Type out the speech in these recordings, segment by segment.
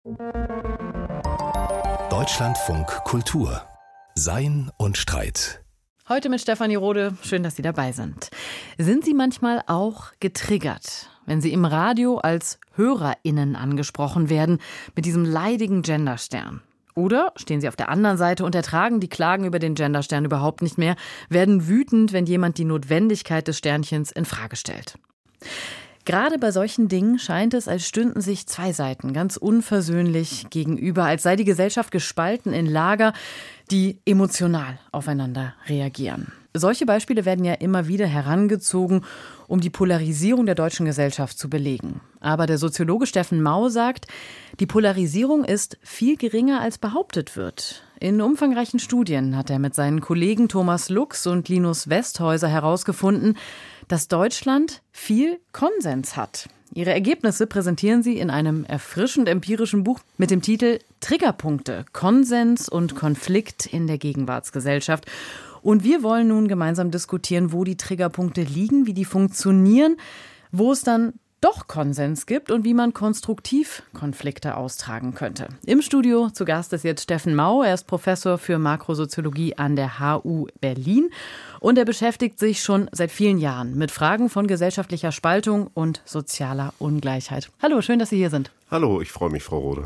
Deutschlandfunk Kultur. Sein und Streit. Heute mit Stefanie Rode. Schön, dass Sie dabei sind. Sind Sie manchmal auch getriggert, wenn Sie im Radio als HörerInnen angesprochen werden mit diesem leidigen Genderstern? Oder stehen Sie auf der anderen Seite und ertragen die Klagen über den Genderstern überhaupt nicht mehr, werden wütend, wenn jemand die Notwendigkeit des Sternchens in Frage stellt? Gerade bei solchen Dingen scheint es, als stünden sich zwei Seiten ganz unversöhnlich gegenüber, als sei die Gesellschaft gespalten in Lager, die emotional aufeinander reagieren. Solche Beispiele werden ja immer wieder herangezogen, um die Polarisierung der deutschen Gesellschaft zu belegen. Aber der Soziologe Steffen Mau sagt, die Polarisierung ist viel geringer, als behauptet wird. In umfangreichen Studien hat er mit seinen Kollegen Thomas Lux und Linus Westhäuser herausgefunden, dass Deutschland viel Konsens hat. Ihre Ergebnisse präsentieren sie in einem erfrischend empirischen Buch mit dem Titel Triggerpunkte, Konsens und Konflikt in der Gegenwartsgesellschaft. Und wir wollen nun gemeinsam diskutieren, wo die Triggerpunkte liegen, wie die funktionieren, wo es dann doch Konsens gibt und wie man konstruktiv Konflikte austragen könnte. Im Studio zu Gast ist jetzt Steffen Mau. Er ist Professor für Makrosoziologie an der HU Berlin und er beschäftigt sich schon seit vielen Jahren mit Fragen von gesellschaftlicher Spaltung und sozialer Ungleichheit. Hallo, schön, dass Sie hier sind. Hallo, ich freue mich, Frau Rode.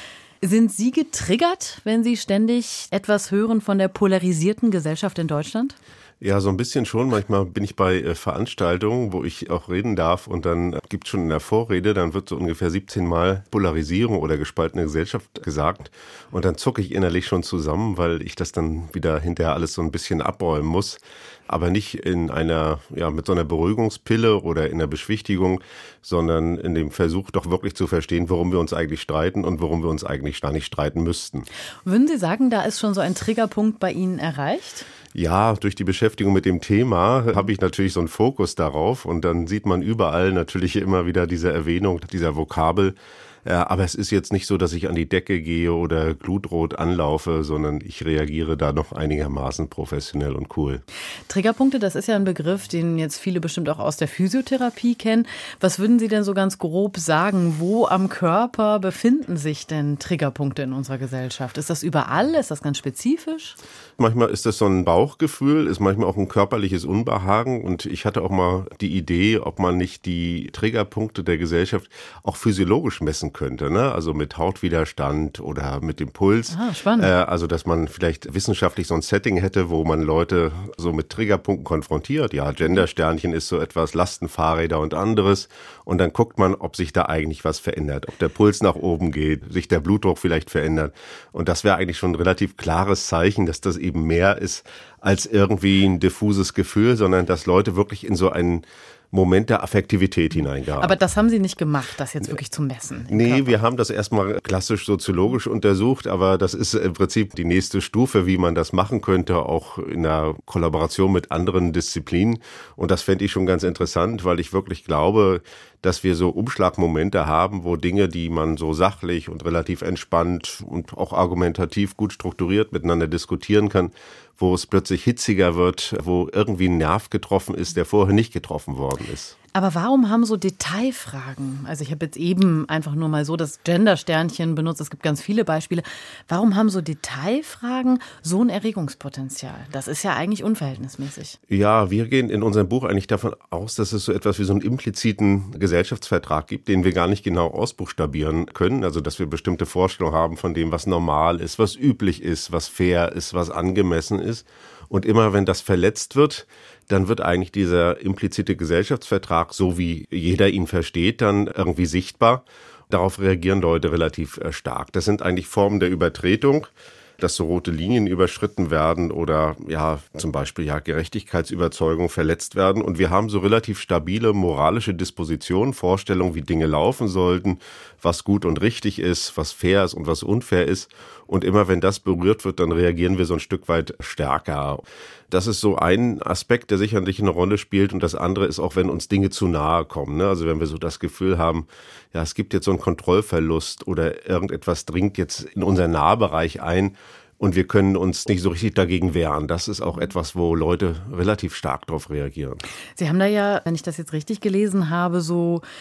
Sind Sie getriggert, wenn Sie ständig etwas hören von der polarisierten Gesellschaft in Deutschland? Ja, so ein bisschen schon. Manchmal bin ich bei Veranstaltungen, wo ich auch reden darf und dann gibt es schon in der Vorrede, dann wird so ungefähr 17 Mal Polarisierung oder gespaltene Gesellschaft gesagt und dann zucke ich innerlich schon zusammen, weil ich das dann wieder hinterher alles so ein bisschen abräumen muss. Aber nicht in einer, mit so einer Beruhigungspille oder in der Beschwichtigung, sondern in dem Versuch doch wirklich zu verstehen, warum wir uns eigentlich streiten und warum wir uns eigentlich gar nicht streiten müssten. Würden Sie sagen, da ist schon so ein Triggerpunkt bei Ihnen erreicht? Ja, durch die Beschäftigung mit dem Thema habe ich natürlich so einen Fokus darauf und dann sieht man überall natürlich immer wieder diese Erwähnung dieser Vokabel. Aber es ist jetzt nicht so, dass ich an die Decke gehe oder glutrot anlaufe, sondern ich reagiere da noch einigermaßen professionell und cool. Triggerpunkte, das ist ja ein Begriff, den jetzt viele bestimmt auch aus der Physiotherapie kennen. Was würden Sie denn so ganz grob sagen? Wo am Körper befinden sich denn Triggerpunkte in unserer Gesellschaft? Ist das überall? Ist das ganz spezifisch? Manchmal ist das so ein Bauchgefühl, ist manchmal auch ein körperliches Unbehagen. Und ich hatte auch mal die Idee, ob man nicht die Triggerpunkte der Gesellschaft auch physiologisch messen könnte, ne? Also mit Hautwiderstand oder mit dem Puls. Spannend. Also dass man vielleicht wissenschaftlich so ein Setting hätte, wo man Leute so mit Triggerpunkten konfrontiert. Ja, Gendersternchen ist so etwas, Lastenfahrräder und anderes. Und dann guckt man, ob sich da eigentlich was verändert, ob der Puls nach oben geht, sich der Blutdruck vielleicht verändert. Und das wäre eigentlich schon ein relativ klares Zeichen, dass das eben mehr ist als irgendwie ein diffuses Gefühl, sondern dass Leute wirklich in so einen Moment der Affektivität hineingeraten. Aber das haben Sie nicht gemacht, das jetzt wirklich zu messen? Nee, wir haben das erstmal klassisch soziologisch untersucht, aber das ist im Prinzip die nächste Stufe, wie man das machen könnte, auch in der Kollaboration mit anderen Disziplinen. Und das fände ich schon ganz interessant, weil ich wirklich glaube, dass wir so Umschlagmomente haben, wo Dinge, die man so sachlich und relativ entspannt und auch argumentativ gut strukturiert miteinander diskutieren kann, wo es plötzlich hitziger wird, wo irgendwie ein Nerv getroffen ist, der vorher nicht getroffen worden ist. Aber warum haben so Detailfragen, also ich habe jetzt eben einfach nur mal so das Gendersternchen benutzt, es gibt ganz viele Beispiele, warum haben so Detailfragen so ein Erregungspotenzial? Das ist ja eigentlich unverhältnismäßig. Ja, wir gehen in unserem Buch eigentlich davon aus, dass es so etwas wie so einen impliziten Gesellschaftsvertrag gibt, den wir gar nicht genau ausbuchstabieren können. Also dass wir bestimmte Vorstellungen haben von dem, was normal ist, was üblich ist, was fair ist, was angemessen ist. Und immer wenn das verletzt wird, dann wird eigentlich dieser implizite Gesellschaftsvertrag, so wie jeder ihn versteht, dann irgendwie sichtbar. Darauf reagieren Leute relativ stark. Das sind eigentlich Formen der Übertretung, dass so rote Linien überschritten werden oder zum Beispiel Gerechtigkeitsüberzeugung verletzt werden. Und wir haben so relativ stabile moralische Dispositionen, Vorstellungen, wie Dinge laufen sollten, was gut und richtig ist, was fair ist und was unfair ist. Und immer wenn das berührt wird, dann reagieren wir so ein Stück weit stärker. Das ist so ein Aspekt, der sicherlich eine Rolle spielt. Und das andere ist auch, wenn uns Dinge zu nahe kommen, ne? Also wenn wir so das Gefühl haben, es gibt jetzt so einen Kontrollverlust oder irgendetwas dringt jetzt in unseren Nahbereich ein und wir können uns nicht so richtig dagegen wehren. Das ist auch etwas, wo Leute relativ stark darauf reagieren. Sie haben da ja, wenn ich das jetzt richtig gelesen habe, so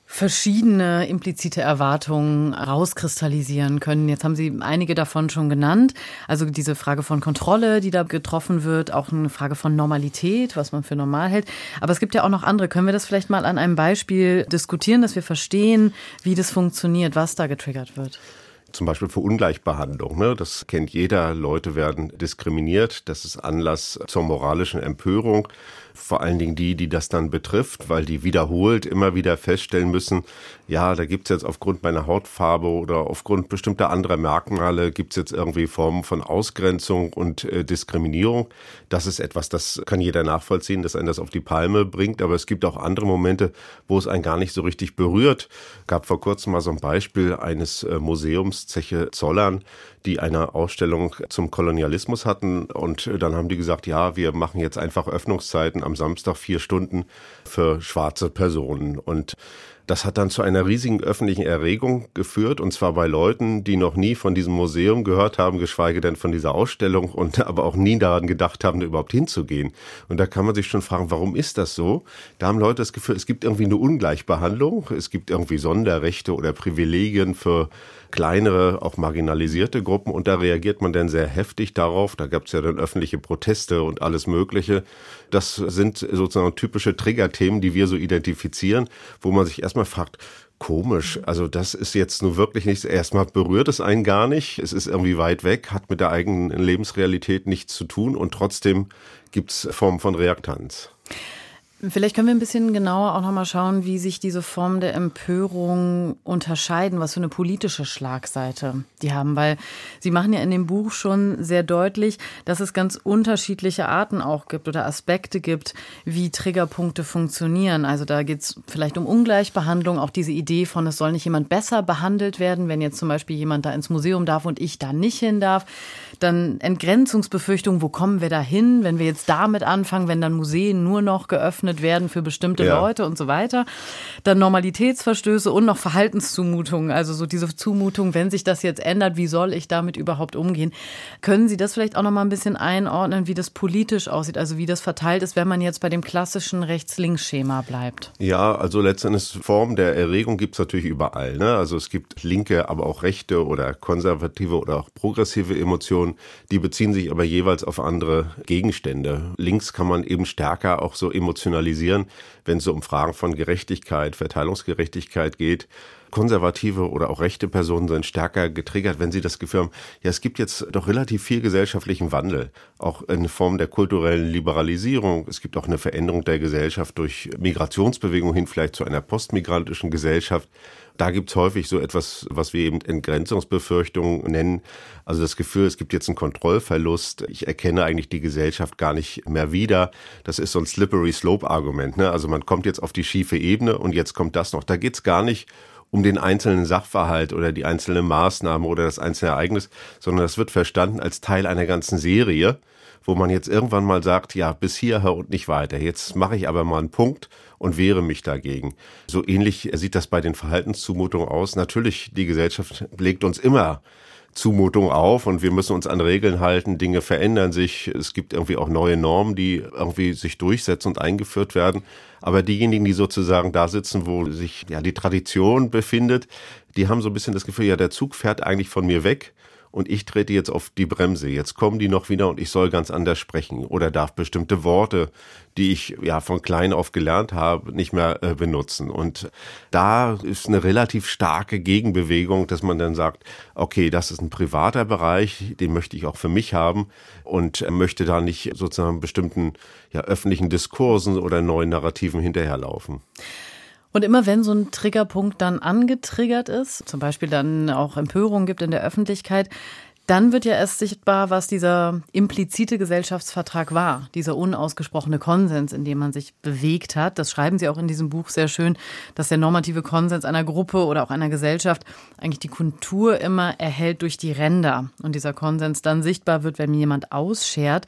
verschiedene implizite Erwartungen rauskristallisieren können. Jetzt haben Sie einige davon schon genannt. Also diese Frage von Kontrolle, die da getroffen wird, auch eine Frage von Normalität, was man für normal hält. Aber es gibt ja auch noch andere. Können wir das vielleicht mal an einem Beispiel diskutieren, dass wir verstehen, wie das funktioniert, was da getriggert wird? Zum Beispiel für Ungleichbehandlung, ne? Das kennt jeder. Leute werden diskriminiert. Das ist Anlass zur moralischen Empörung. Vor allen Dingen die das dann betrifft, weil die wiederholt immer wieder feststellen müssen, ja, da gibt's jetzt aufgrund meiner Hautfarbe oder aufgrund bestimmter anderer Merkmale gibt's jetzt irgendwie Formen von Ausgrenzung und Diskriminierung. Das ist etwas, das kann jeder nachvollziehen, dass einen das auf die Palme bringt. Aber es gibt auch andere Momente, wo es einen gar nicht so richtig berührt. Gab vor kurzem mal so ein Beispiel eines Museums, Zeche Zollern, die eine Ausstellung zum Kolonialismus hatten. Und dann haben die gesagt, ja, wir machen jetzt einfach Öffnungszeiten am Samstag 4 Stunden für schwarze Personen. Und das hat dann zu einer riesigen öffentlichen Erregung geführt, und zwar bei Leuten, die noch nie von diesem Museum gehört haben, geschweige denn von dieser Ausstellung, und aber auch nie daran gedacht haben, da überhaupt hinzugehen. Und da kann man sich schon fragen, warum ist das so? Da haben Leute das Gefühl, es gibt irgendwie eine Ungleichbehandlung, es gibt irgendwie Sonderrechte oder Privilegien für kleinere, auch marginalisierte Gruppen, und da reagiert man dann sehr heftig darauf. Da gab es ja dann öffentliche Proteste und alles Mögliche. Das sind sozusagen typische Triggerthemen, die wir so identifizieren, wo man sich erstmal fragt, komisch, also das ist jetzt nur wirklich nichts. Erstmal berührt es einen gar nicht, es ist irgendwie weit weg, hat mit der eigenen Lebensrealität nichts zu tun, und trotzdem gibt es Formen von Reaktanz. Vielleicht können wir ein bisschen genauer auch nochmal schauen, wie sich diese Formen der Empörung unterscheiden, was für eine politische Schlagseite die haben. Weil Sie machen ja in dem Buch schon sehr deutlich, dass es ganz unterschiedliche Arten auch gibt oder Aspekte gibt, wie Triggerpunkte funktionieren. Also da geht es vielleicht um Ungleichbehandlung, auch diese Idee von, es soll nicht jemand besser behandelt werden, wenn jetzt zum Beispiel jemand da ins Museum darf und ich da nicht hin darf. Dann Entgrenzungsbefürchtung, wo kommen wir da hin, wenn wir jetzt damit anfangen, wenn dann Museen nur noch geöffnet werden für bestimmte Leute und so weiter. Dann Normalitätsverstöße und noch Verhaltenszumutungen, also so diese Zumutung, wenn sich das jetzt ändert, wie soll ich damit überhaupt umgehen? Können Sie das vielleicht auch noch mal ein bisschen einordnen, wie das politisch aussieht, also wie das verteilt ist, wenn man jetzt bei dem klassischen Rechts-Links-Schema bleibt? Ja, also letztendlich Formen der Erregung gibt es natürlich überall, ne? Also es gibt linke, aber auch rechte oder konservative oder auch progressive Emotionen, die beziehen sich aber jeweils auf andere Gegenstände. Links kann man eben stärker auch so emotionalisieren, wenn es so um Fragen von Gerechtigkeit, Verteilungsgerechtigkeit geht. Konservative oder auch rechte Personen sind stärker getriggert, wenn sie das Gefühl haben, ja, es gibt jetzt doch relativ viel gesellschaftlichen Wandel, auch in Form der kulturellen Liberalisierung. Es gibt auch eine Veränderung der Gesellschaft durch Migrationsbewegung hin vielleicht zu einer postmigrantischen Gesellschaft. Da gibt's häufig so etwas, was wir eben Entgrenzungsbefürchtungen nennen. Also das Gefühl, es gibt jetzt einen Kontrollverlust. Ich erkenne eigentlich die Gesellschaft gar nicht mehr wieder. Das ist so ein Slippery Slope Argument, ne? Also man kommt jetzt auf die schiefe Ebene und jetzt kommt das noch. Da geht's gar nicht um den einzelnen Sachverhalt oder die einzelne Maßnahme oder das einzelne Ereignis, sondern das wird verstanden als Teil einer ganzen Serie, wo man jetzt irgendwann mal sagt, ja, bis hierher und nicht weiter. Jetzt mache ich aber mal einen Punkt und wehre mich dagegen. So ähnlich sieht das bei den Verhaltenszumutungen aus. Natürlich, die Gesellschaft legt uns immer Zumutung auf und wir müssen uns an Regeln halten, Dinge verändern sich, es gibt irgendwie auch neue Normen, die irgendwie sich durchsetzen und eingeführt werden. Aber diejenigen, die sozusagen da sitzen, wo sich ja die Tradition befindet, die haben so ein bisschen das Gefühl, ja, der Zug fährt eigentlich von mir weg und ich trete jetzt auf die Bremse. Jetzt kommen die noch wieder und ich soll ganz anders sprechen oder darf bestimmte Worte, die ich ja von klein auf gelernt habe, nicht mehr benutzen. Und da ist eine relativ starke Gegenbewegung, dass man dann sagt, okay, das ist ein privater Bereich, den möchte ich auch für mich haben und möchte da nicht sozusagen bestimmten öffentlichen Diskursen oder neuen Narrativen hinterherlaufen. Und immer wenn so ein Triggerpunkt dann angetriggert ist, zum Beispiel dann auch Empörung gibt in der Öffentlichkeit, dann wird ja erst sichtbar, was dieser implizite Gesellschaftsvertrag war, dieser unausgesprochene Konsens, in dem man sich bewegt hat. Das schreiben Sie auch in diesem Buch sehr schön, dass der normative Konsens einer Gruppe oder auch einer Gesellschaft eigentlich die Kontur immer erhält durch die Ränder und dieser Konsens dann sichtbar wird, wenn jemand ausschert.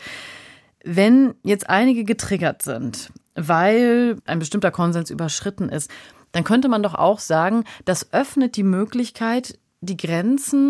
Wenn jetzt einige getriggert sind, weil ein bestimmter Konsens überschritten ist, dann könnte man doch auch sagen, das öffnet die Möglichkeit, die Grenzen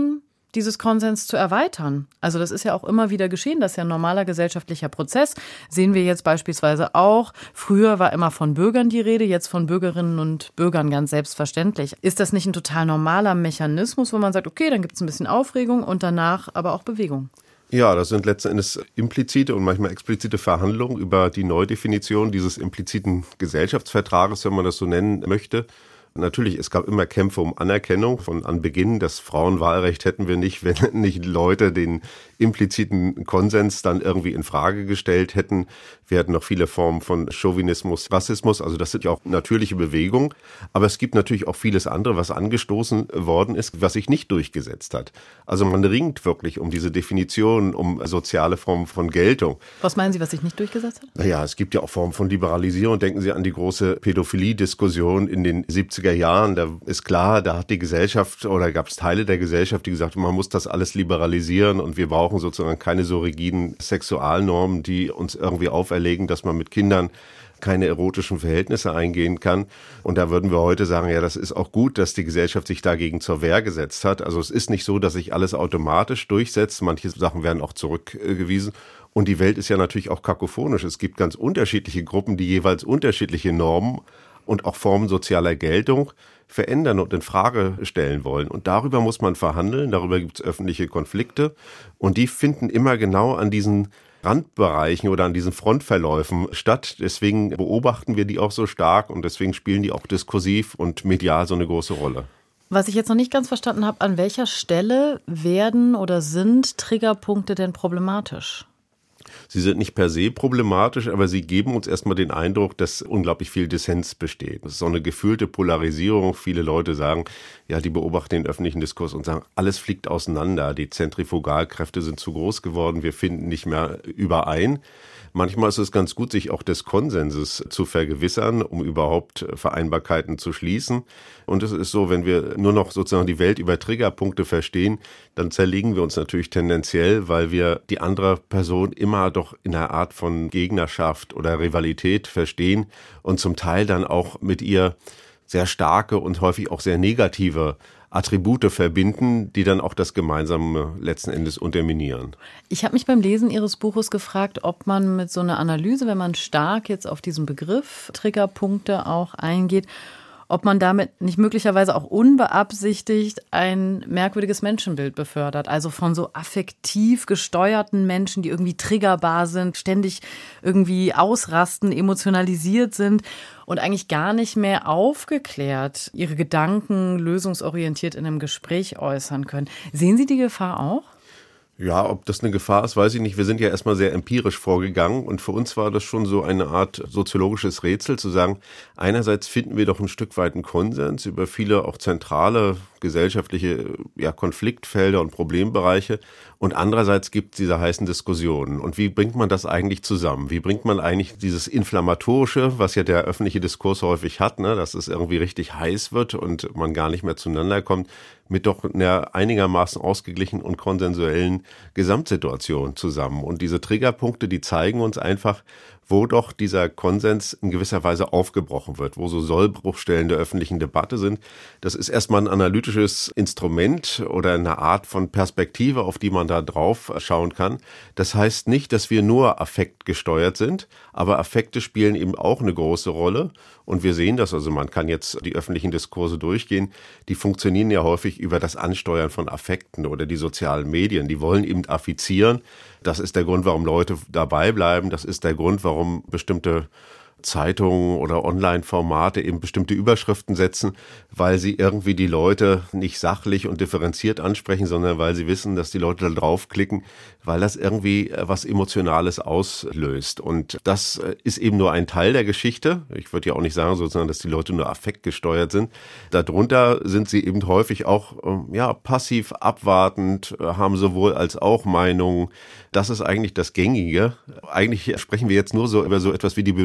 dieses Konsens zu erweitern. Also das ist ja auch immer wieder geschehen, das ist ja ein normaler gesellschaftlicher Prozess. Sehen wir jetzt beispielsweise auch. Früher war immer von Bürgern die Rede, jetzt von Bürgerinnen und Bürgern ganz selbstverständlich. Ist das nicht ein total normaler Mechanismus, wo man sagt, okay, dann gibt es ein bisschen Aufregung und danach aber auch Bewegung? Ja, das sind letzten Endes implizite und manchmal explizite Verhandlungen über die Neudefinition dieses impliziten Gesellschaftsvertrages, wenn man das so nennen möchte. Natürlich, es gab immer Kämpfe um Anerkennung von Anbeginn. Das Frauenwahlrecht hätten wir nicht, wenn nicht Leute den impliziten Konsens dann irgendwie in Frage gestellt hätten. Wir hatten noch viele Formen von Chauvinismus, Rassismus. Also das sind ja auch natürliche Bewegungen. Aber es gibt natürlich auch vieles andere, was angestoßen worden ist, was sich nicht durchgesetzt hat. Also man ringt wirklich um diese Definition, um soziale Formen von Geltung. Was meinen Sie, was sich nicht durchgesetzt hat? Naja, es gibt ja auch Formen von Liberalisierung. Denken Sie an die große Pädophilie-Diskussion in den 70er Jahren. Da ist klar, da hat die Gesellschaft oder gab es Teile der Gesellschaft, die gesagt haben, man muss das alles liberalisieren und wir brauchen sozusagen keine so rigiden Sexualnormen, die uns irgendwie auferlegen, dass man mit Kindern keine erotischen Verhältnisse eingehen kann. Und da würden wir heute sagen, ja, das ist auch gut, dass die Gesellschaft sich dagegen zur Wehr gesetzt hat. Also es ist nicht so, dass sich alles automatisch durchsetzt. Manche Sachen werden auch zurückgewiesen. Und die Welt ist ja natürlich auch kakophonisch. Es gibt ganz unterschiedliche Gruppen, die jeweils unterschiedliche Normen und auch Formen sozialer Geltung verändern und in Frage stellen wollen. Und darüber muss man verhandeln, darüber gibt es öffentliche Konflikte und die finden immer genau an diesen Randbereichen oder an diesen Frontverläufen statt. Deswegen beobachten wir die auch so stark und deswegen spielen die auch diskursiv und medial so eine große Rolle. Was ich jetzt noch nicht ganz verstanden habe, an welcher Stelle werden oder sind Triggerpunkte denn problematisch? Sie sind nicht per se problematisch, aber sie geben uns erstmal den Eindruck, dass unglaublich viel Dissens besteht. Das ist so eine gefühlte Polarisierung. Viele Leute sagen, ja, die beobachten den öffentlichen Diskurs und sagen, alles fliegt auseinander. Die Zentrifugalkräfte sind zu groß geworden. Wir finden nicht mehr überein. Manchmal ist es ganz gut, sich auch des Konsenses zu vergewissern, um überhaupt Vereinbarkeiten zu schließen. Und es ist so, wenn wir nur noch sozusagen die Welt über Triggerpunkte verstehen, dann zerlegen wir uns natürlich tendenziell, weil wir die andere Person immer doch in einer Art von Gegnerschaft oder Rivalität verstehen und zum Teil dann auch mit ihr sehr starke und häufig auch sehr negative Attribute verbinden, die dann auch das Gemeinsame letzten Endes unterminieren. Ich habe mich beim Lesen Ihres Buches gefragt, ob man mit so einer Analyse, wenn man stark jetzt auf diesen Begriff Triggerpunkte auch eingeht, ob man damit nicht möglicherweise auch unbeabsichtigt ein merkwürdiges Menschenbild befördert. Also von so affektiv gesteuerten Menschen, die irgendwie triggerbar sind, ständig irgendwie ausrasten, emotionalisiert sind und eigentlich gar nicht mehr aufgeklärt ihre Gedanken lösungsorientiert in einem Gespräch äußern können. Sehen Sie die Gefahr auch? Ja, ob das eine Gefahr ist, weiß ich nicht. Wir sind ja erstmal sehr empirisch vorgegangen und für uns war das schon so eine Art soziologisches Rätsel, zu sagen, einerseits finden wir doch ein Stück weit einen Konsens über viele auch zentrale gesellschaftliche Konfliktfelder und Problembereiche und andererseits gibt es diese heißen Diskussionen. Und wie bringt man das eigentlich zusammen? Wie bringt man eigentlich dieses Inflammatorische, was ja der öffentliche Diskurs häufig hat, ne, dass es irgendwie richtig heiß wird und man gar nicht mehr zueinander kommt, mit doch einer einigermaßen ausgeglichenen und konsensuellen Gesamtsituation zusammen. Und diese Triggerpunkte, die zeigen uns einfach, wo doch dieser Konsens in gewisser Weise aufgebrochen wird, wo so Sollbruchstellen der öffentlichen Debatte sind. Das ist erstmal ein analytisches Instrument oder eine Art von Perspektive, auf die man da drauf schauen kann. Das heißt nicht, dass wir nur affektgesteuert sind, aber Affekte spielen eben auch eine große Rolle. Und wir sehen das, also man kann jetzt die öffentlichen Diskurse durchgehen, die funktionieren ja häufig über das Ansteuern von Affekten oder die sozialen Medien. Die wollen eben affizieren. Das ist der Grund, warum Leute dabei bleiben. Das ist der Grund, warum bestimmte Zeitungen oder Online-Formate eben bestimmte Überschriften setzen, weil sie irgendwie die Leute nicht sachlich und differenziert ansprechen, sondern weil sie wissen, dass die Leute da draufklicken, weil das irgendwie was Emotionales auslöst. Und das ist eben nur ein Teil der Geschichte. Ich würde ja auch nicht sagen, sozusagen, dass die Leute nur affektgesteuert sind. Darunter sind sie eben häufig auch passiv abwartend, haben sowohl als auch Meinungen. Das ist eigentlich das Gängige. Eigentlich sprechen wir jetzt nur so über so etwas wie die Benutzeroberfläche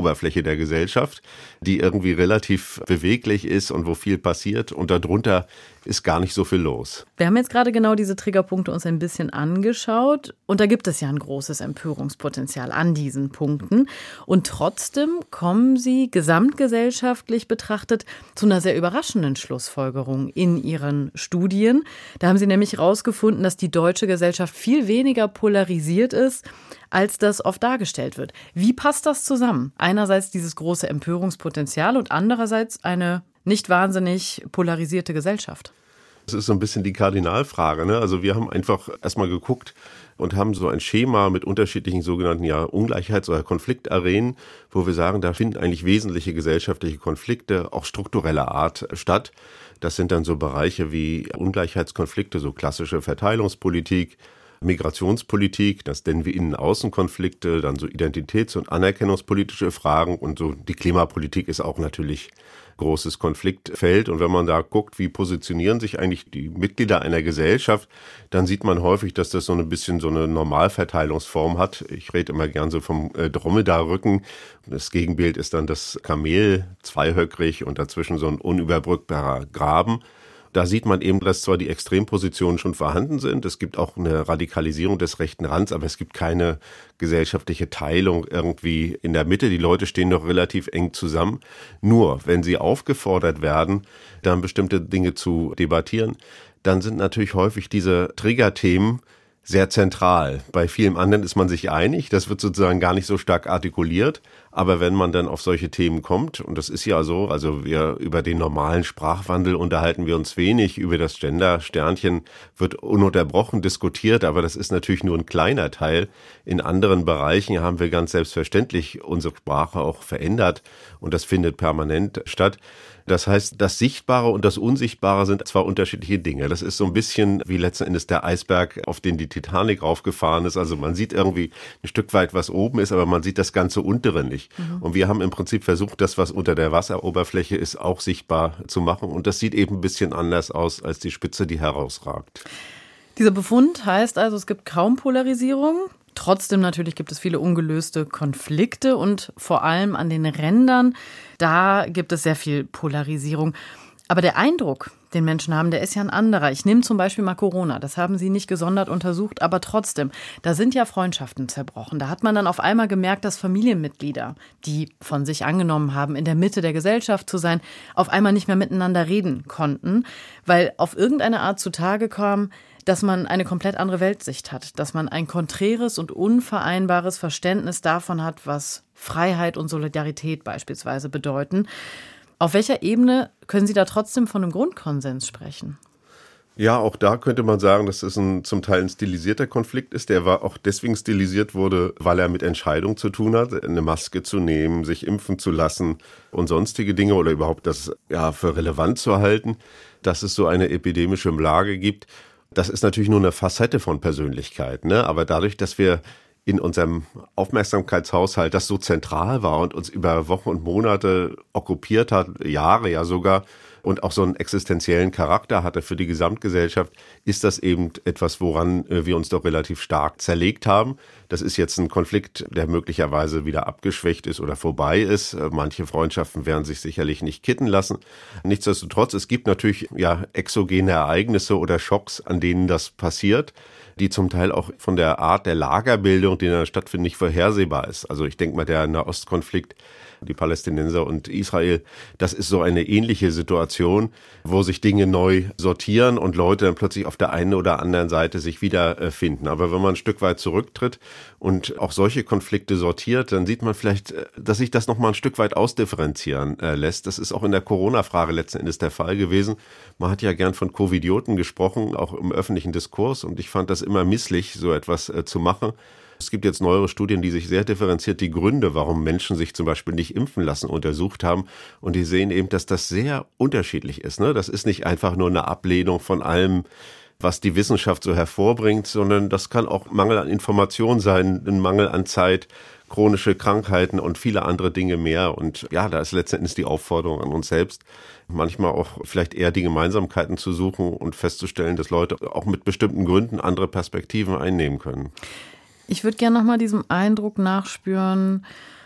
Wasseroberfläche der Gesellschaft, die irgendwie relativ beweglich ist und wo viel passiert. Und darunter ist gar nicht so viel los. Wir haben jetzt gerade genau diese Triggerpunkte uns ein bisschen angeschaut. Und da gibt es ja ein großes Empörungspotenzial an diesen Punkten. Und trotzdem kommen Sie gesamtgesellschaftlich betrachtet zu einer sehr überraschenden Schlussfolgerung in Ihren Studien. Da haben Sie nämlich herausgefunden, dass die deutsche Gesellschaft viel weniger polarisiert ist, als das oft dargestellt wird. Wie passt das zusammen? Einerseits dieses große Empörungspotenzial und andererseits eine nicht wahnsinnig polarisierte Gesellschaft. Das ist so ein bisschen die Kardinalfrage, ne? Also wir haben einfach erstmal geguckt und haben so ein Schema mit unterschiedlichen sogenannten Ungleichheits- oder Konfliktarenen, wo wir sagen, da finden eigentlich wesentliche gesellschaftliche Konflikte auch struktureller Art statt. Das sind dann so Bereiche wie Ungleichheitskonflikte, so klassische Verteilungspolitik, Migrationspolitik, das nennen wir Innen-Außen-Konflikte, dann so Identitäts- und anerkennungspolitische Fragen und so die Klimapolitik ist auch natürlich großes Konfliktfeld. Und wenn man da guckt, wie positionieren sich eigentlich die Mitglieder einer Gesellschaft, dann sieht man häufig, dass das so ein bisschen so eine Normalverteilungsform hat. Ich rede immer gern so vom Dromedarrücken. Das Gegenbild ist dann das Kamel, zweihöckrig und dazwischen so ein unüberbrückbarer Graben. Da sieht man eben, dass zwar die Extrempositionen schon vorhanden sind, es gibt auch eine Radikalisierung des rechten Rands, aber es gibt keine gesellschaftliche Teilung irgendwie in der Mitte. Die Leute stehen noch relativ eng zusammen. Nur, wenn sie aufgefordert werden, dann bestimmte Dinge zu debattieren, dann sind natürlich häufig diese Triggerthemen sehr zentral. Bei vielem anderen ist man sich einig, das wird sozusagen gar nicht so stark artikuliert, aber wenn man dann auf solche Themen kommt, und das ist ja so, also wir über den normalen Sprachwandel unterhalten wir uns wenig, über das Gender-Sternchen wird ununterbrochen diskutiert, aber das ist natürlich nur ein kleiner Teil. In anderen Bereichen haben wir ganz selbstverständlich unsere Sprache auch verändert und das findet permanent statt. Das heißt, das Sichtbare und das Unsichtbare sind zwar unterschiedliche Dinge. Das ist so ein bisschen wie letzten Endes der Eisberg, auf den die Titanic raufgefahren ist. Also man sieht irgendwie ein Stück weit, was oben ist, aber man sieht das ganze Untere nicht. Und wir haben im Prinzip versucht, das, was unter der Wasseroberfläche ist, auch sichtbar zu machen. Und das sieht eben ein bisschen anders aus als die Spitze, die herausragt. Dieser Befund heißt also, es gibt kaum Polarisierung. Trotzdem natürlich gibt es viele ungelöste Konflikte und vor allem an den Rändern, da gibt es sehr viel Polarisierung. Aber der Eindruck, den Menschen haben, der ist ja ein anderer. Ich nehme zum Beispiel mal Corona, das haben Sie nicht gesondert untersucht, aber trotzdem, da sind ja Freundschaften zerbrochen. Da hat man dann auf einmal gemerkt, dass Familienmitglieder, die von sich angenommen haben, in der Mitte der Gesellschaft zu sein, auf einmal nicht mehr miteinander reden konnten, weil auf irgendeine Art zutage kam, dass man eine komplett andere Weltsicht hat, dass man ein konträres und unvereinbares Verständnis davon hat, was Freiheit und Solidarität beispielsweise bedeuten. Auf welcher Ebene können Sie da trotzdem von einem Grundkonsens sprechen? Ja, auch da könnte man sagen, dass es zum Teil ein stilisierter Konflikt ist. Der war auch deswegen stilisiert wurde, weil er mit Entscheidung zu tun hat, eine Maske zu nehmen, sich impfen zu lassen und sonstige Dinge oder überhaupt das für relevant zu halten, dass es so eine epidemische Lage gibt. Das ist natürlich nur eine Facette von Persönlichkeit, ne? Aber dadurch, dass wir in unserem Aufmerksamkeitshaushalt das so zentral war und uns über Wochen und Monate okkupiert hat, Jahre ja sogar, und auch so einen existenziellen Charakter hatte für die Gesamtgesellschaft, ist das eben etwas, woran wir uns doch relativ stark zerlegt haben. Das ist jetzt ein Konflikt, der möglicherweise wieder abgeschwächt ist oder vorbei ist. Manche Freundschaften werden sich sicherlich nicht kitten lassen. Nichtsdestotrotz, es gibt natürlich exogene Ereignisse oder Schocks, an denen das passiert, die zum Teil auch von der Art der Lagerbildung, die in der Stadt nicht vorhersehbar ist. Also ich denke mal, der Nahostkonflikt, die Palästinenser und Israel, das ist so eine ähnliche Situation, wo sich Dinge neu sortieren und Leute dann plötzlich auf der einen oder anderen Seite sich wiederfinden. Aber wenn man ein Stück weit zurücktritt und auch solche Konflikte sortiert, dann sieht man vielleicht, dass sich das nochmal ein Stück weit ausdifferenzieren lässt. Das ist auch in der Corona-Frage letzten Endes der Fall gewesen. Man hat ja gern von Covidioten gesprochen, auch im öffentlichen Diskurs, und ich fand das immer misslich, so etwas zu machen. Es gibt jetzt neuere Studien, die sich sehr differenziert die Gründe, warum Menschen sich zum Beispiel nicht impfen lassen, untersucht haben. Und die sehen eben, dass das sehr unterschiedlich ist, ne? Das ist nicht einfach nur eine Ablehnung von allem, was die Wissenschaft so hervorbringt, sondern das kann auch Mangel an Information sein, ein Mangel an Zeit, chronische Krankheiten und viele andere Dinge mehr. Und ja, da ist letztendlich die Aufforderung an uns selbst, manchmal auch vielleicht eher die Gemeinsamkeiten zu suchen und festzustellen, dass Leute auch mit bestimmten Gründen andere Perspektiven einnehmen können. Ich würde gerne nochmal diesem Eindruck nachspüren,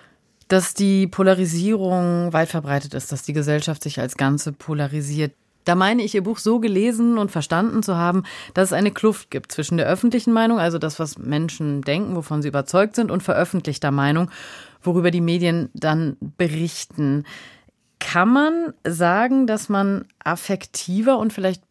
dass die Polarisierung weit verbreitet ist, dass die Gesellschaft sich als Ganze polarisiert. Da meine ich, Ihr Buch so gelesen und verstanden zu haben, dass es eine Kluft gibt zwischen der öffentlichen Meinung, also das, was Menschen denken, wovon sie überzeugt sind, und veröffentlichter Meinung, worüber die Medien dann berichten. Kann man sagen, dass man affektiver und vielleicht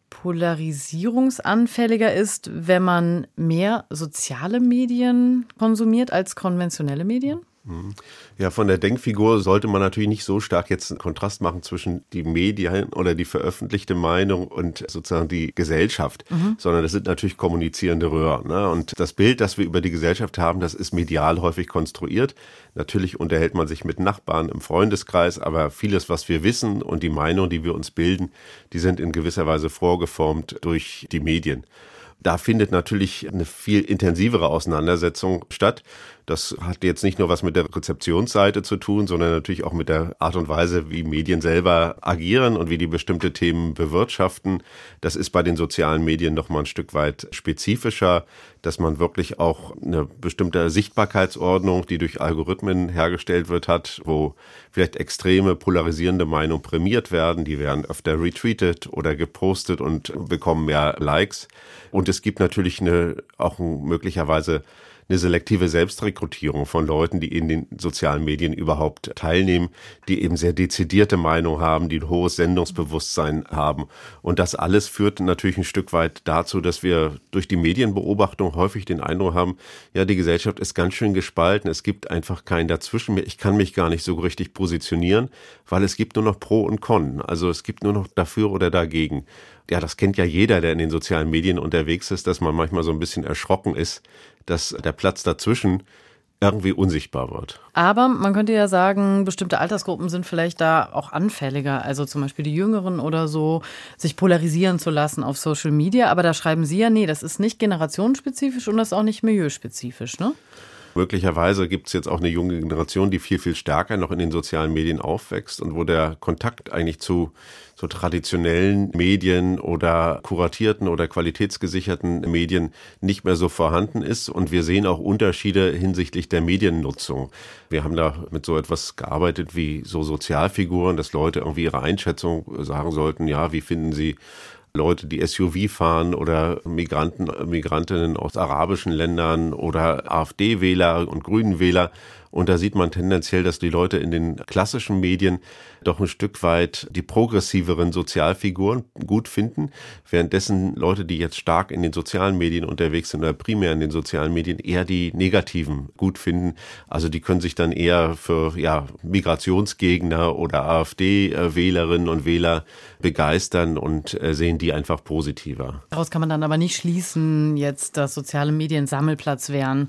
polarisierungsanfälliger ist, wenn man mehr soziale Medien konsumiert als konventionelle Medien? Ja, von der Denkfigur sollte man natürlich nicht so stark jetzt einen Kontrast machen zwischen die Medien oder die veröffentlichte Meinung und sozusagen die Gesellschaft, sondern das sind natürlich kommunizierende Röhren. Ne? Und das Bild, das wir über die Gesellschaft haben, das ist medial häufig konstruiert. Natürlich unterhält man sich mit Nachbarn im Freundeskreis, aber vieles, was wir wissen und die Meinung, die wir uns bilden, die sind in gewisser Weise vorgeformt durch die Medien. Da findet natürlich eine viel intensivere Auseinandersetzung statt. Das hat jetzt nicht nur was mit der Rezeptionsseite zu tun, sondern natürlich auch mit der Art und Weise, wie Medien selber agieren und wie die bestimmte Themen bewirtschaften. Das ist bei den sozialen Medien noch mal ein Stück weit spezifischer, dass man wirklich auch eine bestimmte Sichtbarkeitsordnung, die durch Algorithmen hergestellt wird, hat, wo vielleicht extreme polarisierende Meinungen prämiert werden. Die werden öfter retweetet oder gepostet und bekommen mehr Likes. Und es gibt natürlich auch möglicherweise eine selektive Selbstrekrutierung von Leuten, die in den sozialen Medien überhaupt teilnehmen, die eben sehr dezidierte Meinung haben, die ein hohes Sendungsbewusstsein haben. Und das alles führt natürlich ein Stück weit dazu, dass wir durch die Medienbeobachtung häufig den Eindruck haben, ja, die Gesellschaft ist ganz schön gespalten. Es gibt einfach keinen Dazwischen mehr. Ich kann mich gar nicht so richtig positionieren, weil es gibt nur noch Pro und Con. Also es gibt nur noch dafür oder dagegen. Ja, das kennt ja jeder, der in den sozialen Medien unterwegs ist, dass man manchmal so ein bisschen erschrocken ist, dass der Platz dazwischen irgendwie unsichtbar wird. Aber man könnte ja sagen, bestimmte Altersgruppen sind vielleicht da auch anfälliger, also zum Beispiel die Jüngeren oder so, sich polarisieren zu lassen auf Social Media. Aber da schreiben Sie ja, nee, das ist nicht generationsspezifisch und das ist auch nicht milieuspezifisch, ne? Möglicherweise gibt es jetzt auch eine junge Generation, die viel, viel stärker noch in den sozialen Medien aufwächst und wo der Kontakt eigentlich zu so traditionellen Medien oder kuratierten oder qualitätsgesicherten Medien nicht mehr so vorhanden ist. Und wir sehen auch Unterschiede hinsichtlich der Mediennutzung. Wir haben da mit so etwas gearbeitet wie so Sozialfiguren, dass Leute irgendwie ihre Einschätzung sagen sollten, ja, wie finden sie Leute, die SUV fahren oder Migrantinnen aus arabischen Ländern oder AfD-Wähler und Grünen-Wähler. Und da sieht man tendenziell, dass die Leute in den klassischen Medien doch ein Stück weit die progressiveren Sozialfiguren gut finden, währenddessen Leute, die jetzt stark in den sozialen Medien unterwegs sind oder primär in den sozialen Medien, eher die negativen gut finden. Also die können sich dann eher für Migrationsgegner oder AfD-Wählerinnen und Wähler begeistern und sehen die einfach positiver. Daraus kann man dann aber nicht schließen, jetzt, dass soziale Medien Sammelplatz wären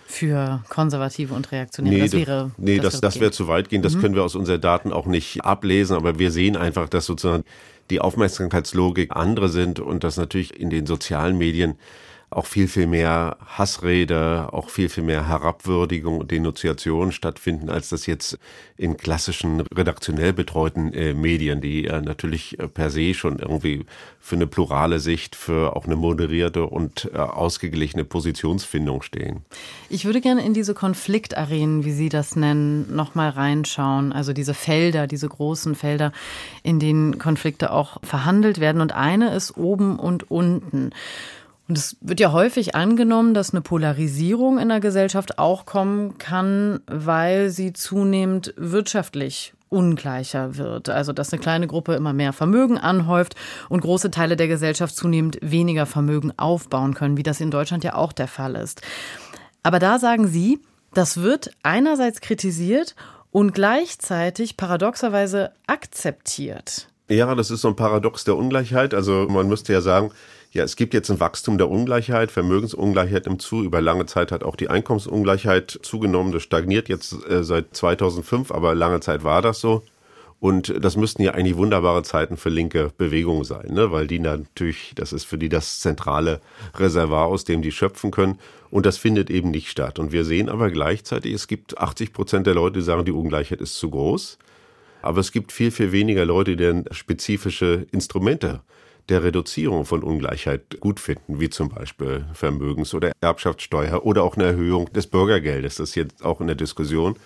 für Konservative und Reaktionäre. Das wäre zu weit gehen. Das können wir aus unseren Daten auch nicht ablesen. Aber wir sehen einfach, dass sozusagen die Aufmerksamkeitslogik andere sind und dass natürlich in den sozialen Medien auch viel, viel mehr Hassrede, auch viel, viel mehr Herabwürdigung und Denunziation stattfinden, als das jetzt in klassischen redaktionell betreuten Medien, die natürlich per se schon irgendwie für eine plurale Sicht, für auch eine moderierte und ausgeglichene Positionsfindung stehen. Ich würde gerne in diese Konfliktarenen, wie Sie das nennen, nochmal reinschauen. Also diese Felder, diese großen Felder, in denen Konflikte auch verhandelt werden. Und eine ist oben und unten. Und es wird ja häufig angenommen, dass eine Polarisierung in der Gesellschaft auch kommen kann, weil sie zunehmend wirtschaftlich ungleicher wird. Also dass eine kleine Gruppe immer mehr Vermögen anhäuft und große Teile der Gesellschaft zunehmend weniger Vermögen aufbauen können, wie das in Deutschland ja auch der Fall ist. Aber da sagen Sie, das wird einerseits kritisiert und gleichzeitig paradoxerweise akzeptiert. Ja, das ist so ein Paradox der Ungleichheit. Also man müsste ja sagen, ja, es gibt jetzt ein Wachstum der Ungleichheit, Vermögensungleichheit nimmt zu. Über lange Zeit hat auch die Einkommensungleichheit zugenommen. Das stagniert jetzt seit 2005, aber lange Zeit war das so. Und das müssten ja eigentlich wunderbare Zeiten für linke Bewegungen sein, ne? Weil die natürlich, das ist für die das zentrale Reservoir, aus dem die schöpfen können. Und das findet eben nicht statt. Und wir sehen aber gleichzeitig, es gibt 80% der Leute, die sagen, die Ungleichheit ist zu groß. Aber es gibt viel, viel weniger Leute, die spezifische Instrumente der Reduzierung von Ungleichheit gut finden, wie zum Beispiel Vermögens- oder Erbschaftssteuer oder auch eine Erhöhung des Bürgergeldes. Das ist jetzt auch in der Diskussion.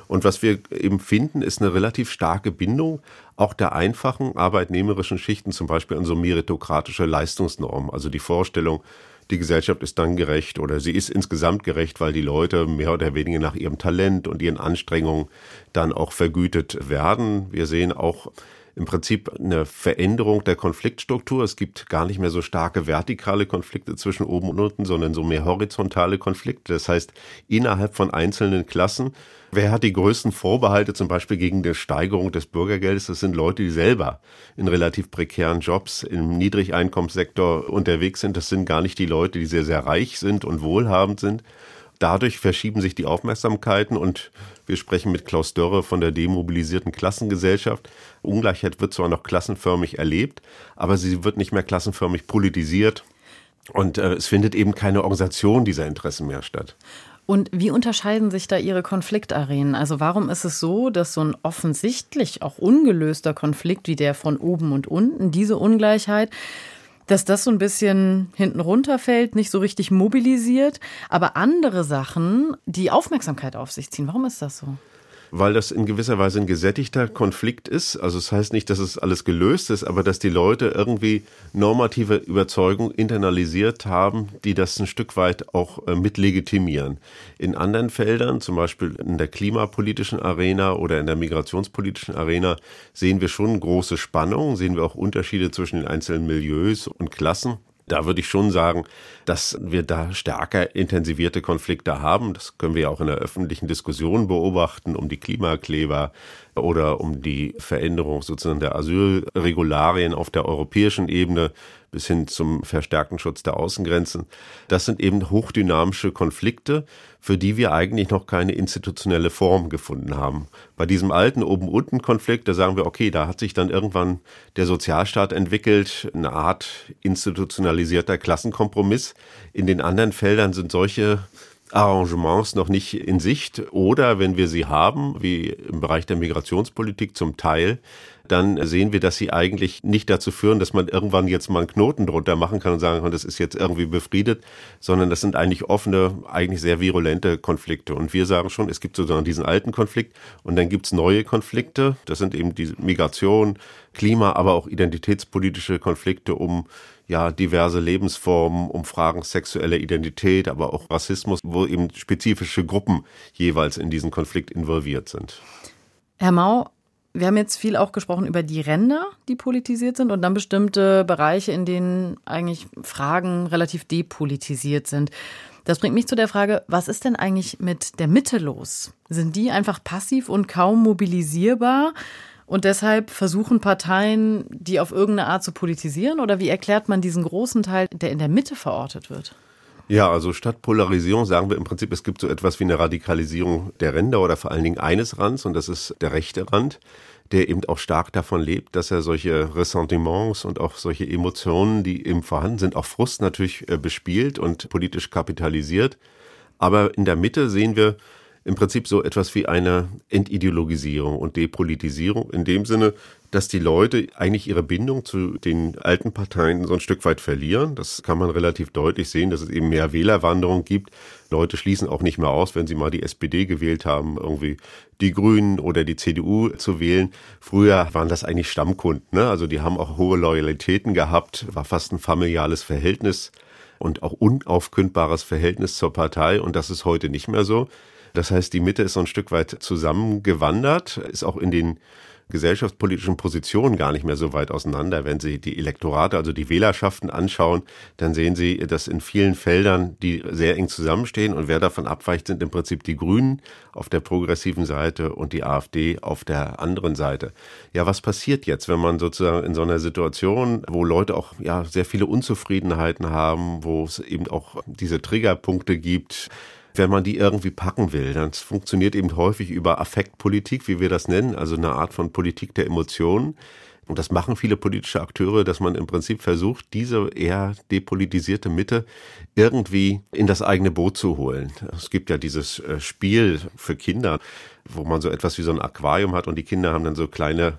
Und was wir eben finden, ist eine relativ starke Bindung auch der einfachen arbeitnehmerischen Schichten, zum Beispiel an so meritokratische Leistungsnormen. Also die Vorstellung, die Gesellschaft ist dann gerecht oder sie ist insgesamt gerecht, weil die Leute mehr oder weniger nach ihrem Talent und ihren Anstrengungen dann auch vergütet werden. Wir sehen auch im Prinzip eine Veränderung der Konfliktstruktur. Es gibt gar nicht mehr so starke vertikale Konflikte zwischen oben und unten, sondern so mehr horizontale Konflikte. Das heißt, innerhalb von einzelnen Klassen, wer hat die größten Vorbehalte zum Beispiel gegen die Steigerung des Bürgergeldes? Das sind Leute, die selber in relativ prekären Jobs im Niedrigeinkommenssektor unterwegs sind. Das sind gar nicht die Leute, die sehr, sehr reich sind und wohlhabend sind. Dadurch verschieben sich die Aufmerksamkeiten und wir sprechen mit Klaus Dörre von der demobilisierten Klassengesellschaft. Ungleichheit wird zwar noch klassenförmig erlebt, aber sie wird nicht mehr klassenförmig politisiert und es findet eben keine Organisation dieser Interessen mehr statt. Und wie unterscheiden sich da Ihre Konfliktarenen? Also warum ist es so, dass so ein offensichtlich auch ungelöster Konflikt wie der von oben und unten, diese Ungleichheit, dass das so ein bisschen hinten runterfällt, nicht so richtig mobilisiert, aber andere Sachen die Aufmerksamkeit auf sich ziehen. Warum ist das so? Weil das in gewisser Weise ein gesättigter Konflikt ist. Also es heißt nicht, dass es alles gelöst ist, aber dass die Leute irgendwie normative Überzeugung internalisiert haben, die das ein Stück weit auch mit legitimieren. In anderen Feldern, zum Beispiel in der klimapolitischen Arena oder in der migrationspolitischen Arena, sehen wir schon große Spannungen, sehen wir auch Unterschiede zwischen den einzelnen Milieus und Klassen. Da würde ich schon sagen, dass wir da stärker intensivierte Konflikte haben. Das können wir ja auch in der öffentlichen Diskussion beobachten, um die Klimakleber oder um die Veränderung sozusagen der Asylregularien auf der europäischen Ebene bis hin zum verstärkten Schutz der Außengrenzen. Das sind eben hochdynamische Konflikte, für die wir eigentlich noch keine institutionelle Form gefunden haben. Bei diesem alten Oben-Unten-Konflikt, da sagen wir, okay, da hat sich dann irgendwann der Sozialstaat entwickelt, eine Art institutionalisierter Klassenkompromiss. In den anderen Feldern sind solche Arrangements noch nicht in Sicht oder wenn wir sie haben, wie im Bereich der Migrationspolitik zum Teil, dann sehen wir, dass sie eigentlich nicht dazu führen, dass man irgendwann jetzt mal einen Knoten drunter machen kann und sagen kann, das ist jetzt irgendwie befriedet, sondern das sind eigentlich offene, eigentlich sehr virulente Konflikte. Und wir sagen schon, es gibt sozusagen diesen alten Konflikt und dann gibt's neue Konflikte. Das sind eben die Migration, Klima, aber auch identitätspolitische Konflikte um diverse Lebensformen, um Fragen sexueller Identität, aber auch Rassismus, wo eben spezifische Gruppen jeweils in diesen Konflikt involviert sind. Herr Mau, wir haben jetzt viel auch gesprochen über die Ränder, die politisiert sind und dann bestimmte Bereiche, in denen eigentlich Fragen relativ depolitisiert sind. Das bringt mich zu der Frage, was ist denn eigentlich mit der Mitte los? Sind die einfach passiv und kaum mobilisierbar? Und deshalb versuchen Parteien, die auf irgendeine Art zu politisieren? Oder wie erklärt man diesen großen Teil, der in der Mitte verortet wird? Ja, also statt Polarisierung sagen wir im Prinzip, es gibt so etwas wie eine Radikalisierung der Ränder oder vor allen Dingen eines Rands und das ist der rechte Rand, der eben auch stark davon lebt, dass er solche Ressentiments und auch solche Emotionen, die eben vorhanden sind, auch Frust natürlich bespielt und politisch kapitalisiert. Aber in der Mitte sehen wir im Prinzip so etwas wie eine Entideologisierung und Depolitisierung in dem Sinne, dass die Leute eigentlich ihre Bindung zu den alten Parteien so ein Stück weit verlieren. Das kann man relativ deutlich sehen, dass es eben mehr Wählerwanderung gibt. Leute schließen auch nicht mehr aus, wenn sie mal die SPD gewählt haben, irgendwie die Grünen oder die CDU zu wählen. Früher waren das eigentlich Stammkunden, ne? Also die haben auch hohe Loyalitäten gehabt, war fast ein familiales Verhältnis und auch unaufkündbares Verhältnis zur Partei und das ist heute nicht mehr so. Das heißt, die Mitte ist so ein Stück weit zusammengewandert, ist auch in den gesellschaftspolitischen Positionen gar nicht mehr so weit auseinander. Wenn Sie die Elektorate, also die Wählerschaften anschauen, dann sehen Sie, dass in vielen Feldern die sehr eng zusammenstehen und wer davon abweicht, sind im Prinzip die Grünen auf der progressiven Seite und die AfD auf der anderen Seite. Ja, was passiert jetzt, wenn man sozusagen in so einer Situation, wo Leute auch sehr viele Unzufriedenheiten haben, wo es eben auch diese Triggerpunkte gibt, wenn man die irgendwie packen will, dann funktioniert eben häufig über Affektpolitik, wie wir das nennen, also eine Art von Politik der Emotionen. Und das machen viele politische Akteure, dass man im Prinzip versucht, diese eher depolitisierte Mitte irgendwie in das eigene Boot zu holen. Es gibt ja dieses Spiel für Kinder, wo man so etwas wie so ein Aquarium hat und die Kinder haben dann so kleine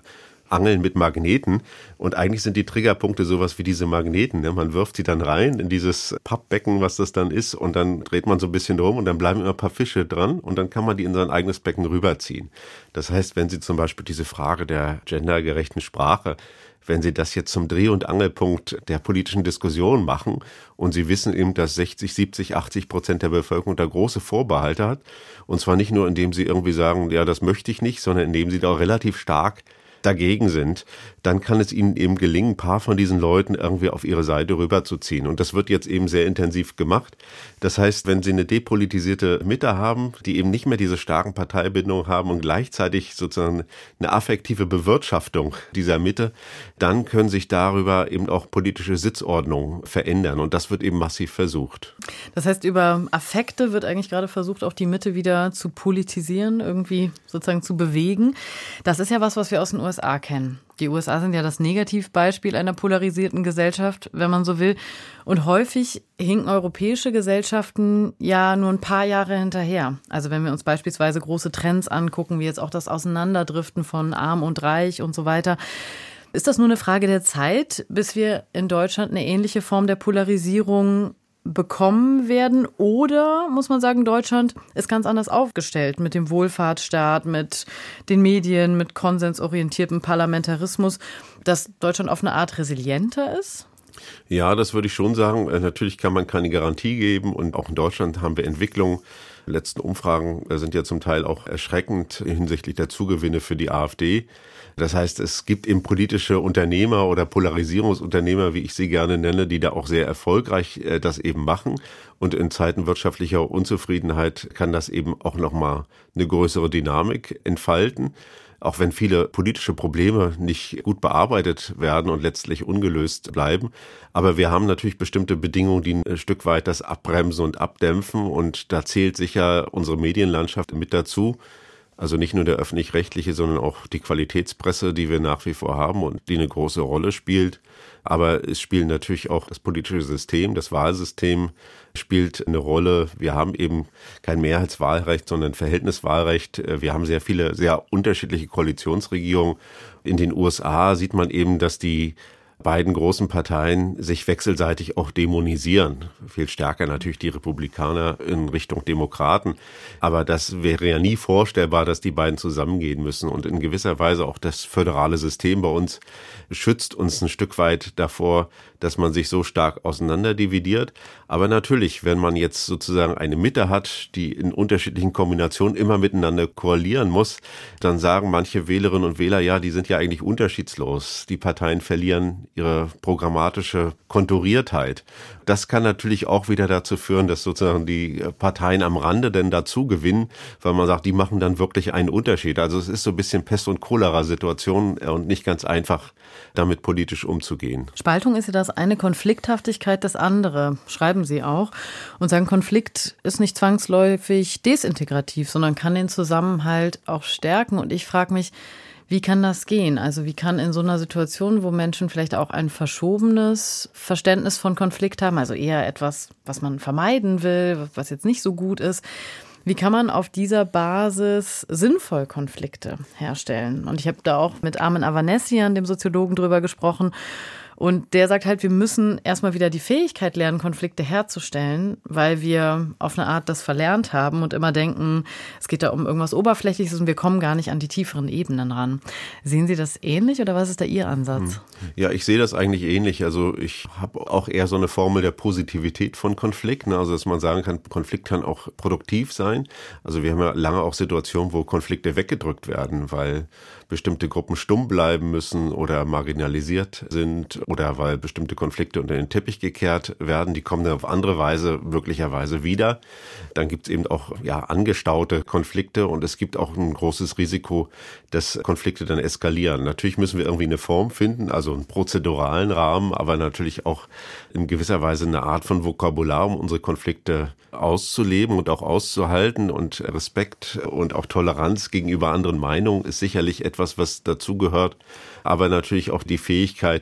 Angeln mit Magneten. Und eigentlich sind die Triggerpunkte sowas wie diese Magneten. Ne? Man wirft sie dann rein in dieses Pappbecken, was das dann ist, und dann dreht man so ein bisschen rum und dann bleiben immer ein paar Fische dran und dann kann man die in sein eigenes Becken rüberziehen. Das heißt, wenn Sie zum Beispiel diese Frage der gendergerechten Sprache, wenn Sie das jetzt zum Dreh- und Angelpunkt der politischen Diskussion machen und Sie wissen eben, dass 60, 70, 80% der Bevölkerung da große Vorbehalte hat, und zwar nicht nur, indem sie irgendwie sagen, ja, das möchte ich nicht, sondern indem sie da auch relativ stark dagegen sind, dann kann es ihnen eben gelingen, ein paar von diesen Leuten irgendwie auf ihre Seite rüberzuziehen. Und das wird jetzt eben sehr intensiv gemacht. Das heißt, wenn Sie eine depolitisierte Mitte haben, die eben nicht mehr diese starken Parteibindungen haben und gleichzeitig sozusagen eine affektive Bewirtschaftung dieser Mitte, dann können sich darüber eben auch politische Sitzordnungen verändern. Und das wird eben massiv versucht. Das heißt, über Affekte wird eigentlich gerade versucht, auch die Mitte wieder zu politisieren, irgendwie sozusagen zu bewegen. Das ist ja was wir aus den USA kennen. Die USA sind ja das Negativbeispiel einer polarisierten Gesellschaft, wenn man so will. Und häufig hinken europäische Gesellschaften ja nur ein paar Jahre hinterher. Also wenn wir uns beispielsweise große Trends angucken, wie jetzt auch das Auseinanderdriften von Arm und Reich und so weiter. Ist das nur eine Frage der Zeit, bis wir in Deutschland eine ähnliche Form der Polarisierung bekommen werden? Oder muss man sagen, Deutschland ist ganz anders aufgestellt mit dem Wohlfahrtsstaat, mit den Medien, mit konsensorientiertem Parlamentarismus, dass Deutschland auf eine Art resilienter ist? Ja, das würde ich schon sagen. Natürlich kann man keine Garantie geben und auch in Deutschland haben wir Entwicklungen. Die letzten Umfragen sind ja zum Teil auch erschreckend hinsichtlich der Zugewinne für die AfD. Das heißt, es gibt eben politische Unternehmer oder Polarisierungsunternehmer, wie ich sie gerne nenne, die da auch sehr erfolgreich das eben machen. Und in Zeiten wirtschaftlicher Unzufriedenheit kann das eben auch nochmal eine größere Dynamik entfalten. Auch wenn viele politische Probleme nicht gut bearbeitet werden und letztlich ungelöst bleiben. Aber wir haben natürlich bestimmte Bedingungen, die ein Stück weit das abbremsen und abdämpfen. Und da zählt sicher unsere Medienlandschaft mit dazu. Also nicht nur der öffentlich-rechtliche, sondern auch die Qualitätspresse, die wir nach wie vor haben und die eine große Rolle spielt. Aber es spielt natürlich auch das politische System, das Wahlsystem spielt eine Rolle. Wir haben eben kein Mehrheitswahlrecht, sondern Verhältniswahlrecht. Wir haben sehr viele, sehr unterschiedliche Koalitionsregierungen. In den USA sieht man eben, dass die beiden großen Parteien sich wechselseitig auch dämonisieren. Viel stärker natürlich die Republikaner in Richtung Demokraten. Aber das wäre ja nie vorstellbar, dass die beiden zusammengehen müssen. Und in gewisser Weise auch das föderale System bei uns schützt uns ein Stück weit davor, dass man sich so stark auseinanderdividiert. Aber natürlich, wenn man jetzt sozusagen eine Mitte hat, die in unterschiedlichen Kombinationen immer miteinander koalieren muss, dann sagen manche Wählerinnen und Wähler, ja, die sind ja eigentlich unterschiedslos. Die Parteien verlieren ihre programmatische Konturiertheit. Das kann natürlich auch wieder dazu führen, dass sozusagen die Parteien am Rande denn dazu gewinnen, weil man sagt, die machen dann wirklich einen Unterschied. Also es ist so ein bisschen Pest- und Cholera-Situation und nicht ganz einfach, damit politisch umzugehen. Spaltung ist ja das eine, Konflikthaftigkeit das andere, schreiben Sie auch. Und sagen, Konflikt ist nicht zwangsläufig desintegrativ, sondern kann den Zusammenhalt auch stärken. Und ich frage mich, wie kann das gehen? Also wie kann in so einer Situation, wo Menschen vielleicht auch ein verschobenes Verständnis von Konflikt haben, also eher etwas, was man vermeiden will, was jetzt nicht so gut ist, wie kann man auf dieser Basis sinnvoll Konflikte herstellen? Und ich habe da auch mit Armen Avanesian, dem Soziologen, drüber gesprochen. Und der sagt halt, wir müssen erstmal wieder die Fähigkeit lernen, Konflikte herzustellen, weil wir auf eine Art das verlernt haben und immer denken, es geht da um irgendwas Oberflächliches und wir kommen gar nicht an die tieferen Ebenen ran. Sehen Sie das ähnlich oder was ist da Ihr Ansatz? Ja, ich sehe das eigentlich ähnlich. Also ich habe auch eher so eine Formel der Positivität von Konflikt. Also dass man sagen kann, Konflikt kann auch produktiv sein. Also wir haben ja lange auch Situationen, wo Konflikte weggedrückt werden, weil bestimmte Gruppen stumm bleiben müssen oder marginalisiert sind oder weil bestimmte Konflikte unter den Teppich gekehrt werden. Die kommen dann auf andere Weise möglicherweise wieder. Dann gibt es eben auch angestaute Konflikte und es gibt auch ein großes Risiko, dass Konflikte dann eskalieren. Natürlich müssen wir irgendwie eine Form finden, also einen prozeduralen Rahmen, aber natürlich auch in gewisser Weise eine Art von Vokabular, um unsere Konflikte auszuleben und auch auszuhalten. Und Respekt und auch Toleranz gegenüber anderen Meinungen ist sicherlich etwas, was dazugehört. Aber natürlich auch die Fähigkeit,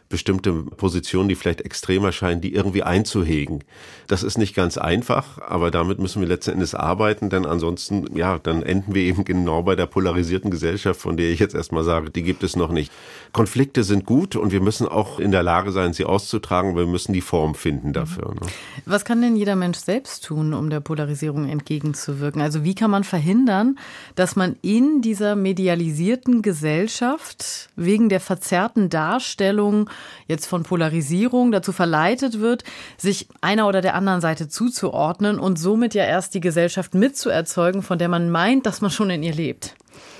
bestimmte Positionen, die vielleicht extrem erscheinen, die irgendwie einzuhegen. Das ist nicht ganz einfach, aber damit müssen wir letzten Endes arbeiten, denn ansonsten, dann enden wir eben genau bei der polarisierten Gesellschaft, von der ich jetzt erstmal sage, die gibt es noch nicht. Konflikte sind gut und wir müssen auch in der Lage sein, sie auszutragen, wir müssen die Form finden dafür. Ne? Was kann denn jeder Mensch selbst tun, um der Polarisierung entgegenzuwirken? Also wie kann man verhindern, dass man in dieser medialisierten Gesellschaft wegen der verzerrten Darstellung jetzt von Polarisierung dazu verleitet wird, sich einer oder der anderen Seite zuzuordnen und somit ja erst die Gesellschaft mitzuerzeugen, von der man meint, dass man schon in ihr lebt?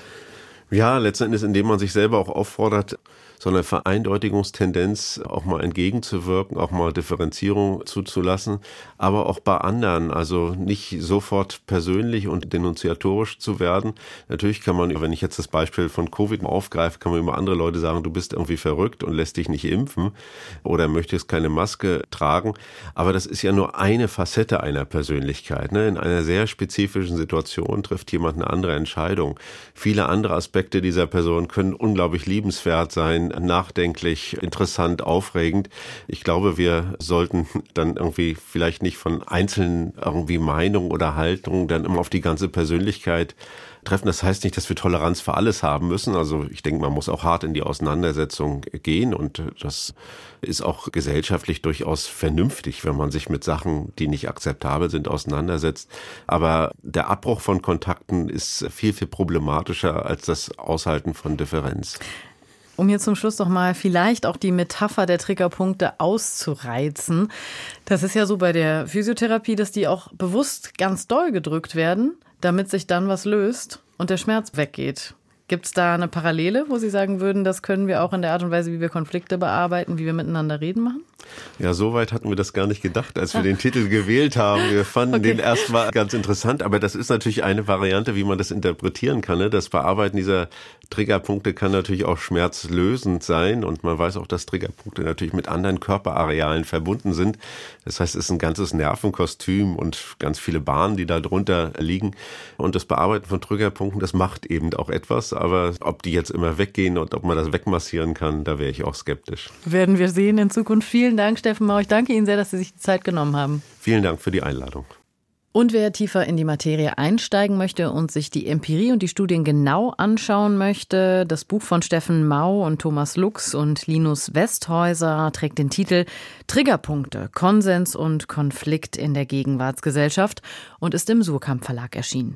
Ja, letzten Endes, indem man sich selber auch auffordert, so eine Vereindeutigungstendenz auch mal entgegenzuwirken, auch mal Differenzierung zuzulassen, aber auch bei anderen, also nicht sofort persönlich und denunziatorisch zu werden. Natürlich kann man, wenn ich jetzt das Beispiel von Covid aufgreife, kann man über andere Leute sagen, du bist irgendwie verrückt und lässt dich nicht impfen oder möchtest keine Maske tragen. Aber das ist ja nur eine Facette einer Persönlichkeit. Ne? In einer sehr spezifischen Situation trifft jemand eine andere Entscheidung. Viele andere Aspekte dieser Person können unglaublich liebenswert sein, nachdenklich, interessant, aufregend. Ich glaube, wir sollten dann irgendwie vielleicht nicht von einzelnen irgendwie Meinungen oder Haltungen dann immer auf die ganze Persönlichkeit treffen. Das heißt nicht, dass wir Toleranz für alles haben müssen. Also ich denke, man muss auch hart in die Auseinandersetzung gehen und das ist auch gesellschaftlich durchaus vernünftig, wenn man sich mit Sachen, die nicht akzeptabel sind, auseinandersetzt. Aber der Abbruch von Kontakten ist viel, viel problematischer als das Aushalten von Differenz. Um hier zum Schluss noch mal vielleicht auch die Metapher der Triggerpunkte auszureizen. Das ist ja so bei der Physiotherapie, dass die auch bewusst ganz doll gedrückt werden, damit sich dann was löst und der Schmerz weggeht. Gibt es da eine Parallele, wo Sie sagen würden, das können wir auch in der Art und Weise, wie wir Konflikte bearbeiten, wie wir miteinander reden, machen? Ja, so weit hatten wir das gar nicht gedacht, als wir den Titel gewählt haben. Wir fanden den erstmal ganz interessant, aber das ist natürlich eine Variante, wie man das interpretieren kann. Ne? Das Bearbeiten dieser Triggerpunkte kann natürlich auch schmerzlösend sein und man weiß auch, dass Triggerpunkte natürlich mit anderen Körperarealen verbunden sind. Das heißt, es ist ein ganzes Nervenkostüm und ganz viele Bahnen, die da drunter liegen. Und das Bearbeiten von Triggerpunkten, das macht eben auch etwas, aber ob die jetzt immer weggehen und ob man das wegmassieren kann, da wäre ich auch skeptisch. Werden wir sehen in Zukunft. Vielen Dank, Steffen Mau. Ich danke Ihnen sehr, dass Sie sich die Zeit genommen haben. Vielen Dank für die Einladung. Und wer tiefer in die Materie einsteigen möchte und sich die Empirie und die Studien genau anschauen möchte, das Buch von Steffen Mau und Thomas Lux und Linus Westhäuser trägt den Titel Triggerpunkte, Konsens und Konflikt in der Gegenwartsgesellschaft und ist im Surkamp Verlag erschienen.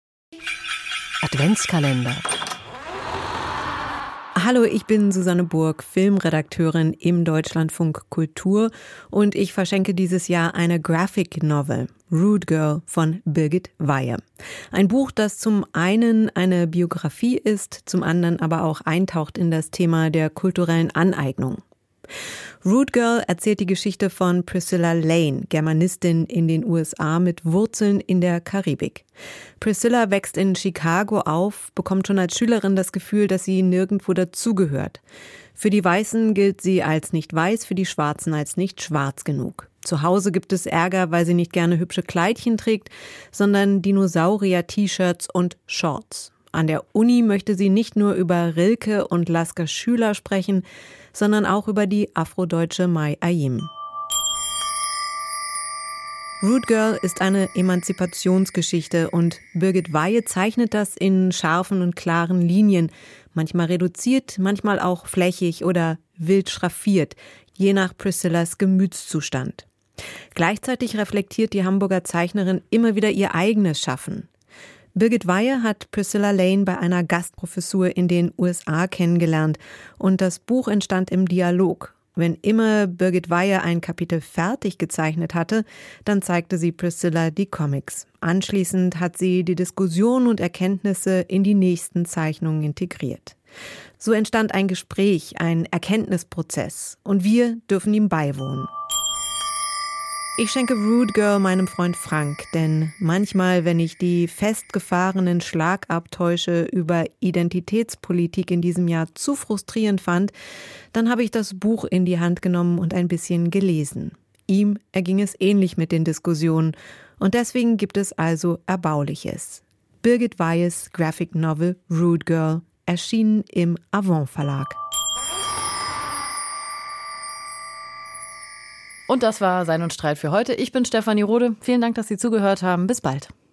Adventskalender. Hallo, ich bin Susanne Burg, Filmredakteurin im Deutschlandfunk Kultur und ich verschenke dieses Jahr eine Graphic Novel, Rude Girl von Birgit Weihe. Ein Buch, das zum einen eine Biografie ist, zum anderen aber auch eintaucht in das Thema der kulturellen Aneignung. Rude Girl erzählt die Geschichte von Priscilla Lane, Germanistin in den USA mit Wurzeln in der Karibik. Priscilla wächst in Chicago auf, bekommt schon als Schülerin das Gefühl, dass sie nirgendwo dazugehört. Für die Weißen gilt sie als nicht weiß, für die Schwarzen als nicht schwarz genug. Zu Hause gibt es Ärger, weil sie nicht gerne hübsche Kleidchen trägt, sondern Dinosaurier-T-Shirts und Shorts. An der Uni möchte sie nicht nur über Rilke und Lasker Schüler sprechen, sondern auch über die afrodeutsche Mai Ayim. Rude Girl ist eine Emanzipationsgeschichte und Birgit Weihe zeichnet das in scharfen und klaren Linien, manchmal reduziert, manchmal auch flächig oder wild schraffiert, je nach Priscillas Gemütszustand. Gleichzeitig reflektiert die Hamburger Zeichnerin immer wieder ihr eigenes Schaffen. Birgit Weihe hat Priscilla Lane bei einer Gastprofessur in den USA kennengelernt und das Buch entstand im Dialog. Wenn immer Birgit Weihe ein Kapitel fertig gezeichnet hatte, dann zeigte sie Priscilla die Comics. Anschließend hat sie die Diskussion und Erkenntnisse in die nächsten Zeichnungen integriert. So entstand ein Gespräch, ein Erkenntnisprozess und wir dürfen ihm beiwohnen. Ich schenke Rude Girl meinem Freund Frank, denn manchmal, wenn ich die festgefahrenen Schlagabtäusche über Identitätspolitik in diesem Jahr zu frustrierend fand, dann habe ich das Buch in die Hand genommen und ein bisschen gelesen. Ihm erging es ähnlich mit den Diskussionen und deswegen gibt es also Erbauliches. Birgit Weihes Graphic Novel Rude Girl, erschienen im Avon Verlag. Und das war Sein und Streit für heute. Ich bin Stefanie Rode. Vielen Dank, dass Sie zugehört haben. Bis bald.